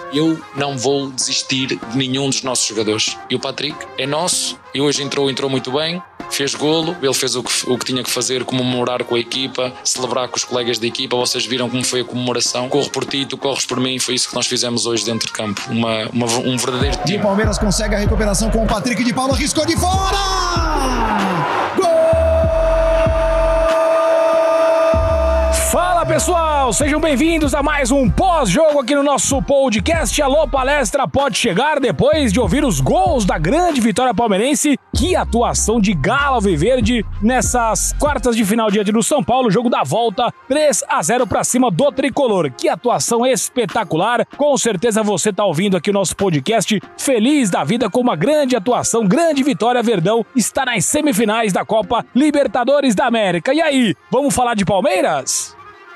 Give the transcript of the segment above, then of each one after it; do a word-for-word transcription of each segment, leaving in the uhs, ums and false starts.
eu não vou desistir de nenhum dos nossos jogadores. E o Patrick é nosso, e hoje entrou, entrou muito bem, fez golo, ele fez o que, o que tinha que fazer, comemorar com a equipa, celebrar com os colegas da equipa. Vocês viram como foi a comemoração. Corro por ti, tu corres por mim, foi isso que nós fizemos hoje dentro de campo. Uma, uma, um verdadeiro time. E o Palmeiras consegue a recuperação com o Patrick de Paula, riscou de fora! Gol! Fala pessoal, sejam bem-vindos a mais um pós-jogo aqui no nosso podcast. Alô Palestra, pode chegar depois de ouvir os gols da grande vitória palmeirense. Que atuação de Galo Alviverde nessas quartas de final diante do São Paulo, jogo da volta, três a zero para cima do Tricolor. Que atuação espetacular, com certeza você tá ouvindo aqui o nosso podcast feliz da vida com uma grande atuação, grande vitória. Verdão está nas semifinais da Copa Libertadores da América. E aí, vamos falar de Palmeiras?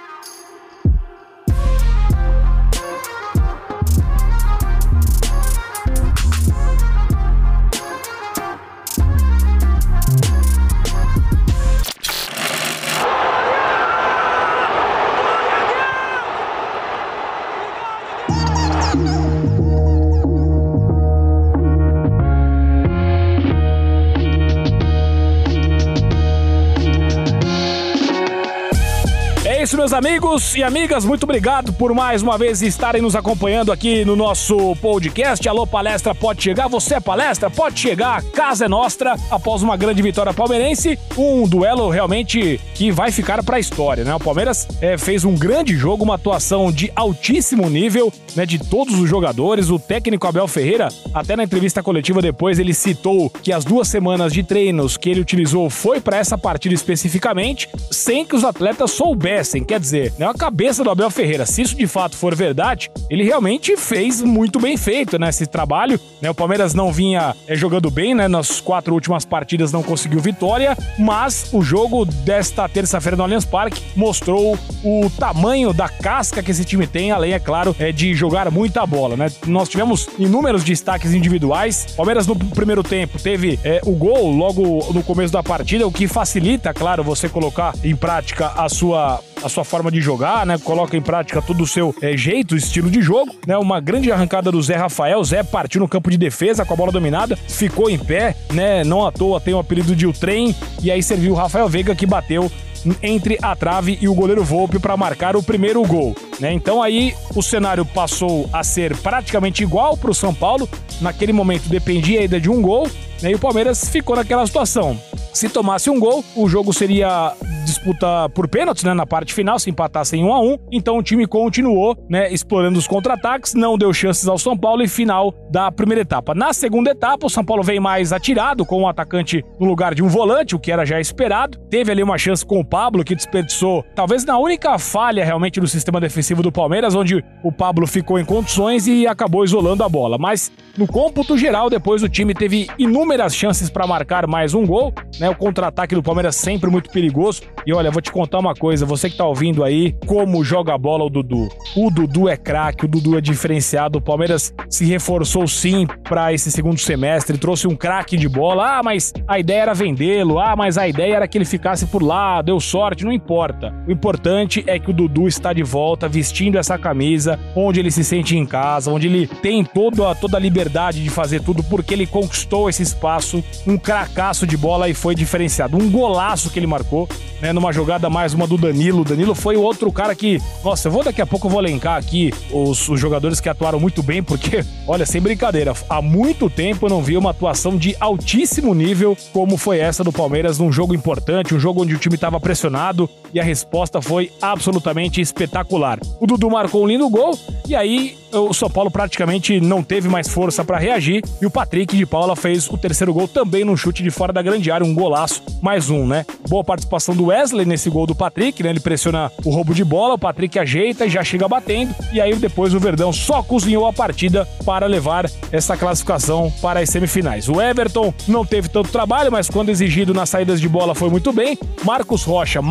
É isso, meus amigos e amigas, muito obrigado por mais uma vez estarem nos acompanhando aqui no nosso podcast. Alô Palestra, pode chegar, você é palestra, pode chegar, a casa é nossa, após uma grande vitória palmeirense, um duelo realmente que vai ficar para a história, né? O Palmeiras é, fez um grande jogo, uma atuação de altíssimo nível, né, de todos os jogadores. O técnico Abel Ferreira, até na entrevista coletiva depois, ele citou que as duas semanas de treinos que ele utilizou foi para essa partida especificamente, sem que os atletas soubessem. Quer dizer, né, a cabeça do Abel Ferreira, se isso de fato for verdade, ele realmente fez muito bem feito, né, esse trabalho, né? O Palmeiras não vinha é, jogando bem, né, nas quatro últimas partidas não conseguiu vitória, mas o jogo desta terça-feira no Allianz Parque mostrou o tamanho da casca que esse time tem, além, é claro, é, de jogar muita bola, né? Nós tivemos inúmeros destaques individuais. O Palmeiras no primeiro tempo teve é, o gol logo no começo da partida, o que facilita, claro, você colocar em prática a sua a sua forma de jogar, né? Coloca em prática todo o seu é, jeito, estilo de jogo, né? Uma grande arrancada do Zé Rafael. O Zé partiu no campo de defesa com a bola dominada, ficou em pé, né? Não à toa tem o apelido de o trem, e aí serviu o Rafael Veiga, que bateu entre a trave e o goleiro Volpi para marcar o primeiro gol, né? Então aí o cenário passou a ser praticamente igual para o São Paulo. Naquele momento dependia ainda de um gol, né? E o Palmeiras ficou naquela situação. Se tomasse um gol, o jogo seria disputa por pênaltis, né, na parte final, se empatasse em um a um. Então o time continuou, né, explorando os contra-ataques, não deu chances ao São Paulo, e final da primeira etapa. Na segunda etapa, o São Paulo veio mais atirado, com o atacante no lugar de um volante, o que era já esperado. Teve ali uma chance com o Pablo, que desperdiçou, talvez na única falha realmente do sistema defensivo do Palmeiras, onde o Pablo ficou em condições e acabou isolando a bola. Mas no cômputo geral, depois o time teve inúmeras chances para marcar mais um gol, né? O contra-ataque do Palmeiras sempre muito perigoso. E olha, vou te contar uma coisa, você que tá ouvindo aí, como joga a bola o Dudu. O Dudu é craque, o Dudu é diferenciado. O Palmeiras se reforçou sim para esse segundo semestre, trouxe um craque de bola. Ah, mas a ideia era vendê-lo. Ah, mas a ideia era que ele ficasse por lá, deu sorte, não importa. O importante é que o Dudu está de volta, vestindo essa camisa, onde ele se sente em casa, onde ele tem toda, toda a liberdade de fazer tudo, porque ele conquistou esse espaço. Um cracaço de bola e foi diferenciado. Um golaço que ele marcou, né, numa jogada mais uma do Danilo. O Danilo foi o outro cara que... Nossa, eu vou daqui a pouco eu vou elencar aqui os, os jogadores que atuaram muito bem, porque, olha, sem brincadeira, há muito tempo eu não vi uma atuação de altíssimo nível como foi essa do Palmeiras num jogo importante, um jogo onde o time estava pressionado, e a resposta foi absolutamente espetacular. O Dudu marcou um lindo gol, e aí o São Paulo praticamente não teve mais força para reagir, e o Patrick de Paula fez o terceiro gol também num chute de fora da grande área, um golaço, mais um, né? Boa participação do Wesley nesse gol do Patrick, né? Ele pressiona o roubo de bola, o Patrick ajeita e já chega batendo, e aí depois o Verdão só cozinhou a partida para levar essa classificação para as semifinais. O Everton não teve tanto trabalho, mas quando exigido nas saídas de bola foi muito bem. Marcos Rocha, mais um jogo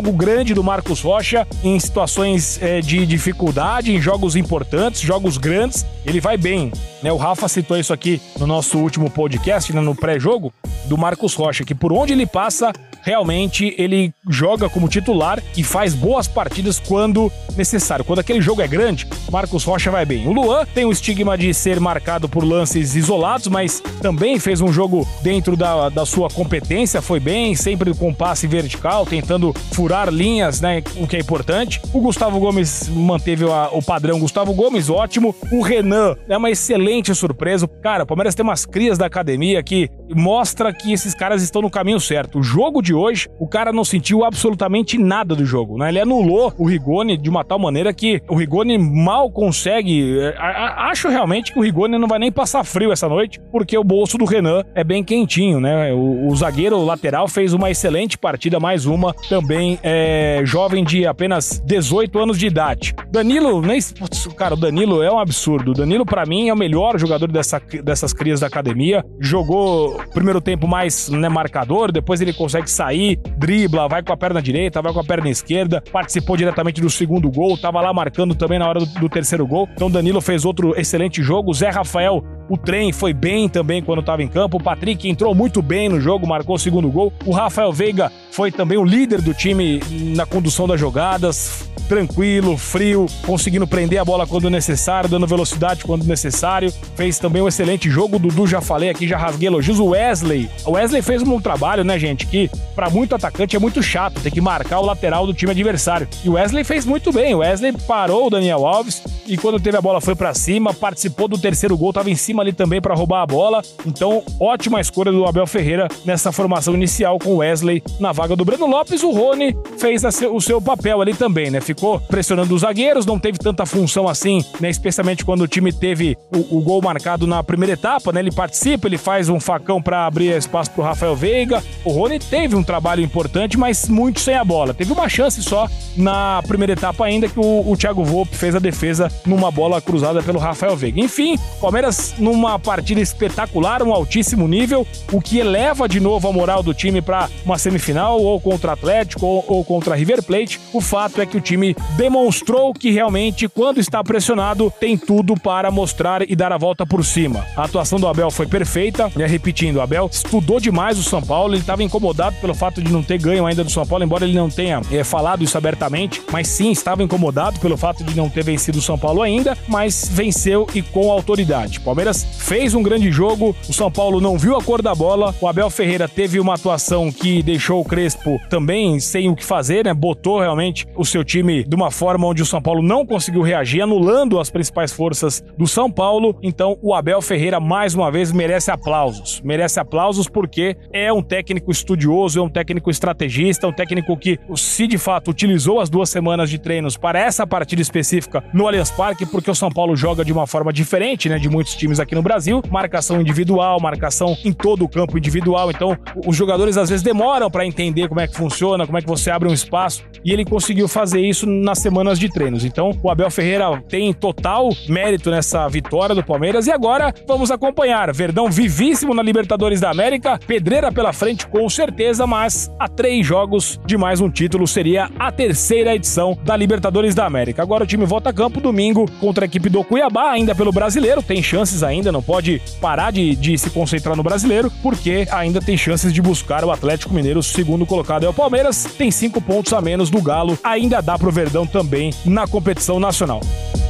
jogo grande do Marcos Rocha em situações é, de dificuldade, em jogos importantes, jogos grandes, ele vai bem, né? O Rafa citou isso aqui no nosso último podcast, né, no pré-jogo, do Marcos Rocha, que por onde ele passa, realmente ele joga como titular e faz boas partidas quando necessário. Quando aquele jogo é grande, Marcos Rocha vai bem. O Luan tem o estigma de ser marcado por lances isolados, mas também fez um jogo dentro da, da sua competência, foi bem, sempre com passe vertical, tentando furar linhas, né, o que é importante. O Gustavo Gomes manteve a, o padrão Gustavo Gomes, ótimo. O Renan é uma excelente surpresa. Cara, o Palmeiras tem umas crias da academia que mostra que esses caras estão no caminho certo. O jogo de hoje, o cara não sentiu absolutamente nada do jogo, né? Ele anulou o Rigoni de uma tal maneira que o Rigoni mal consegue... Acho realmente que o Rigoni não vai nem passar frio essa noite, porque o bolso do Renan é bem quentinho, né? O, o zagueiro lateral fez uma excelente partida, mais uma, também é, jovem de apenas dezoito anos de idade. Danilo, nem... Cara, o Danilo é um absurdo. O Danilo, pra mim, é o melhor jogador dessa, dessas crias da academia. Jogou primeiro tempo mais, né, marcador, depois ele consegue sair, dribla, vai com a perna direita, vai com a perna esquerda, participou diretamente do segundo gol, tava lá marcando também na hora do, do terceiro gol. Então Danilo fez outro excelente jogo. O Zé Rafael, o trem, foi bem também quando estava em campo. O Patrick entrou muito bem no jogo, marcou o segundo gol. O Rafael Veiga foi também o líder do time na condução das jogadas, tranquilo, frio, conseguindo prender a bola quando necessário, dando velocidade quando necessário. Fez também um excelente jogo. O Dudu, já falei aqui, já rasguei elogios. O Wesley, o Wesley fez um trabalho, né, gente, que pra muito atacante é muito chato, ter que marcar o lateral do time adversário. E o Wesley fez muito bem. O Wesley parou o Daniel Alves e quando teve a bola foi pra cima, participou do terceiro gol, tava em cima ali também pra roubar a bola. Então, ótima escolha do Abel Ferreira nessa formação inicial com o Wesley na vaga do Breno Lopes. O Rony fez o seu papel ali também, né? Ficou pressionando os zagueiros, não teve tanta função assim, né? Especialmente quando o time teve o, o gol marcado na primeira etapa, né? Ele participa, ele faz um facão pra abrir espaço pro Rafael Veiga. O Rony teve um trabalho importante, mas muito sem a bola. Teve uma chance só na primeira etapa ainda, que o, o Thiago Volpe fez a defesa numa bola cruzada pelo Rafael Veiga. Enfim, Palmeiras numa partida espetacular, um altíssimo nível, o que eleva de novo a moral do time para uma semifinal, ou contra Atlético, ou, ou contra River Plate. O fato é que o time demonstrou que realmente, quando está pressionado, tem tudo para mostrar e dar a volta por cima. A atuação do Abel foi perfeita, né? Repetindo, o Abel estudou demais o São Paulo, ele estava incomodado pelo fato de não ter ganho ainda do São Paulo, embora ele não tenha é, falado isso abertamente, mas sim, estava incomodado pelo fato de não ter vencido o São Paulo ainda, mas venceu e com autoridade. Palmeiras fez um grande jogo, o São Paulo não viu a cor da bola, o Abel Ferreira teve uma atuação que deixou o Crespo também sem o que fazer, né? Botou realmente o seu time de uma forma onde o São Paulo não conseguiu reagir, anulando as principais forças do São Paulo. Então o Abel Ferreira, mais uma vez, merece aplausos. Merece aplausos porque é um técnico estudioso, é um técnico estrategista, um técnico que, se de fato utilizou as duas semanas de treinos para essa partida específica no Allianz Parque, porque o São Paulo joga de uma forma diferente, né, de muitos times aqui no Brasil, marcação individual, marcação em todo o campo individual. Então os jogadores às vezes demoram para entender como é que funciona, como é que você abre um espaço, e ele conseguiu fazer isso nas semanas de treinos. Então o Abel Ferreira tem total mérito nessa vitória do Palmeiras. E agora vamos acompanhar Verdão vivíssimo na Libertadores da América, pedreira pela frente com certeza, mas a três jogos de mais um título, seria a terceira edição da Libertadores da América. Agora o time volta a campo domingo contra a equipe do Cuiabá, ainda pelo Brasileiro, tem chances ainda, não pode parar de, de se concentrar no Brasileiro, porque ainda tem chances de buscar o Atlético Mineiro, segundo colocado é o Palmeiras, tem cinco pontos a menos do Galo, ainda dá pro Verdão também na competição nacional.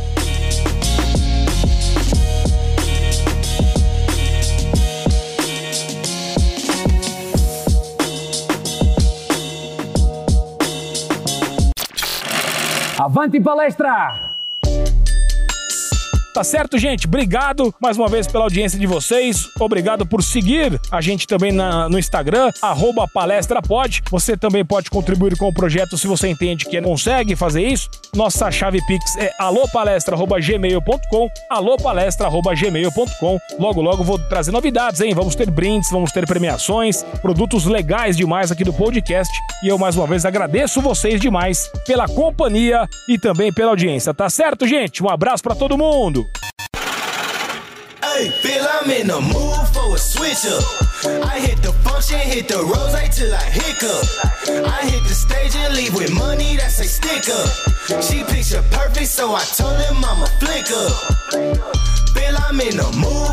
Avante palestra! Tá certo, gente? Obrigado mais uma vez pela audiência de vocês. Obrigado por seguir a gente também na, no Instagram, arroba palestrapod. Você também pode contribuir com o projeto se você entende que consegue fazer isso. Nossa chave Pix é alopalestra arroba gmail ponto com, alopalestra arroba gmail ponto com. Logo, logo vou trazer novidades, hein? Vamos ter brindes, vamos ter premiações, produtos legais demais aqui do podcast. E eu, mais uma vez, agradeço vocês demais pela companhia e também pela audiência. Tá certo, gente? Um abraço pra todo mundo! Hey, feel I'm in the mood for a switch up. I hit the function, hit the rose till I hiccup. I hit the stage and leave with money that's a stick up. She picture perfect, so I told him I'm a flick up. Feel I'm in the mood